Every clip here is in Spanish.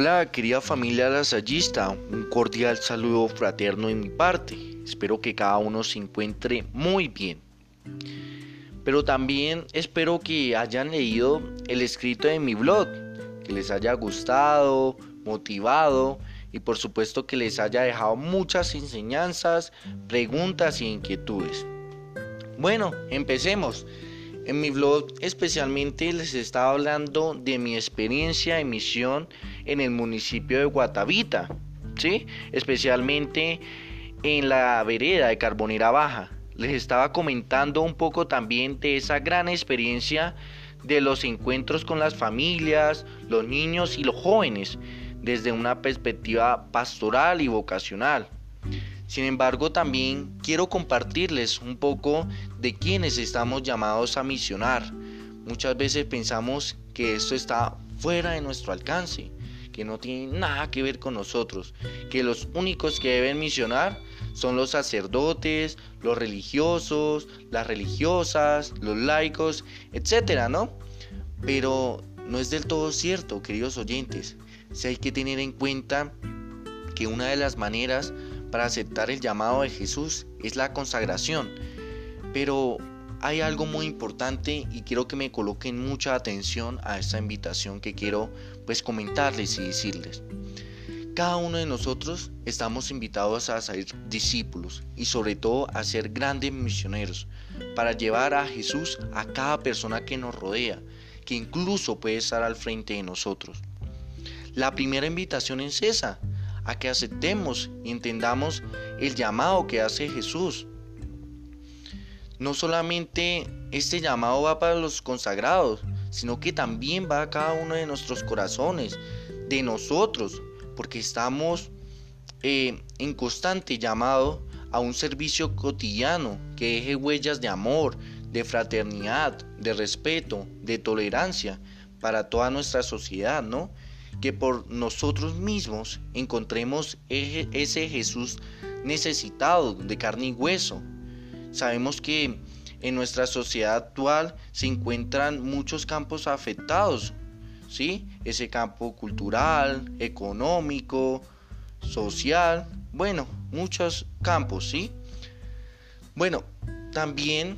Hola, querida familia lasallista, un cordial saludo fraterno de mi parte. Espero que cada uno se encuentre muy bien. Pero también espero que hayan leído el escrito de mi blog, que les haya gustado, motivado y por supuesto que les haya dejado muchas enseñanzas, preguntas y inquietudes. Bueno, empecemos. En mi blog especialmente les estaba hablando de mi experiencia de misión en el municipio de Guatavita, ¿sí? Especialmente en la vereda de Carbonera Baja. Les estaba comentando un poco también de esa gran experiencia de los encuentros con las familias, los niños y los jóvenes, desde una perspectiva pastoral y vocacional. Sin embargo, también quiero compartirles un poco de quienes estamos llamados a misionar. Muchas veces pensamos que esto está fuera de nuestro alcance, que no tiene nada que ver con nosotros, que los únicos que deben misionar son los sacerdotes, los religiosos, las religiosas, los laicos, etcétera, ¿no? Pero no es del todo cierto, queridos oyentes. Sí hay que tener en cuenta que una de las maneras para aceptar el llamado de Jesús es la consagración. Pero hay algo muy importante y quiero que me coloquen mucha atención a esta invitación que quiero comentarles y decirles. Cada uno de nosotros estamos invitados a ser discípulos y sobre todo a ser grandes misioneros para llevar a Jesús a cada persona que nos rodea, que incluso puede estar al frente de nosotros. La primera invitación es esa, a que aceptemos y entendamos el llamado que hace Jesús. No solamente este llamado va para los consagrados, sino que también va a cada uno de nuestros corazones, de nosotros, porque estamos en constante llamado a un servicio cotidiano que deje huellas de amor, de fraternidad, de respeto, de tolerancia para toda nuestra sociedad, ¿no? Que por nosotros mismos encontremos ese Jesús necesitado de carne y hueso. Sabemos que en nuestra sociedad actual se encuentran muchos campos afectados, ¿sí? Ese campo cultural, económico, social, muchos campos, ¿sí? También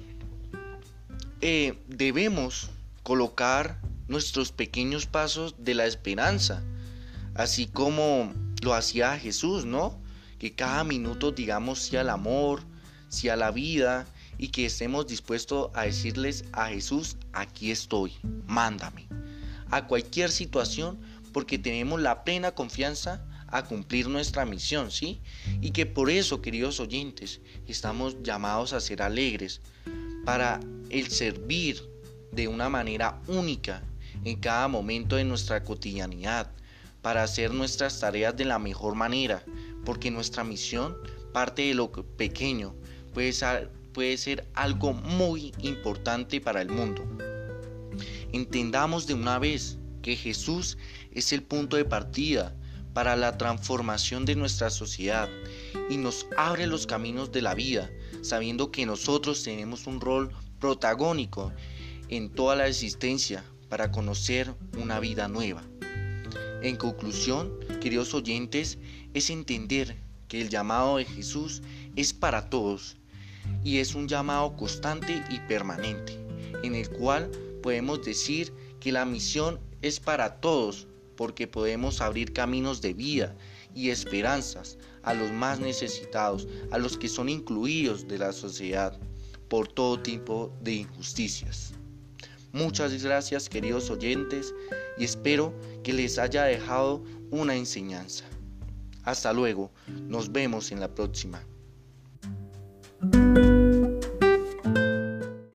debemos colocar nuestros pequeños pasos de la esperanza, así como lo hacía Jesús, ¿no? Que cada minuto digamos sí al amor, sí a la vida y que estemos dispuestos a decirles a Jesús, aquí estoy, mándame, a cualquier situación, porque tenemos la plena confianza a cumplir nuestra misión, ¿sí? Y que por eso, queridos oyentes, estamos llamados a ser alegres para el servir de una manera única en cada momento de nuestra cotidianidad, para hacer nuestras tareas de la mejor manera, porque nuestra misión parte de lo pequeño, puede ser algo muy importante para el mundo. Entendamos de una vez que Jesús es el punto de partida para la transformación de nuestra sociedad y nos abre los caminos de la vida, sabiendo que nosotros tenemos un rol protagónico en toda la existencia para conocer una vida nueva. En conclusión, queridos oyentes, es entender que el llamado de Jesús es para todos y es un llamado constante y permanente, en el cual podemos decir que la misión es para todos, porque podemos abrir caminos de vida y esperanzas a los más necesitados, a los que son incluidos de la sociedad por todo tipo de injusticias. Muchas gracias, queridos oyentes, y espero que les haya dejado una enseñanza. Hasta luego, nos vemos en la próxima.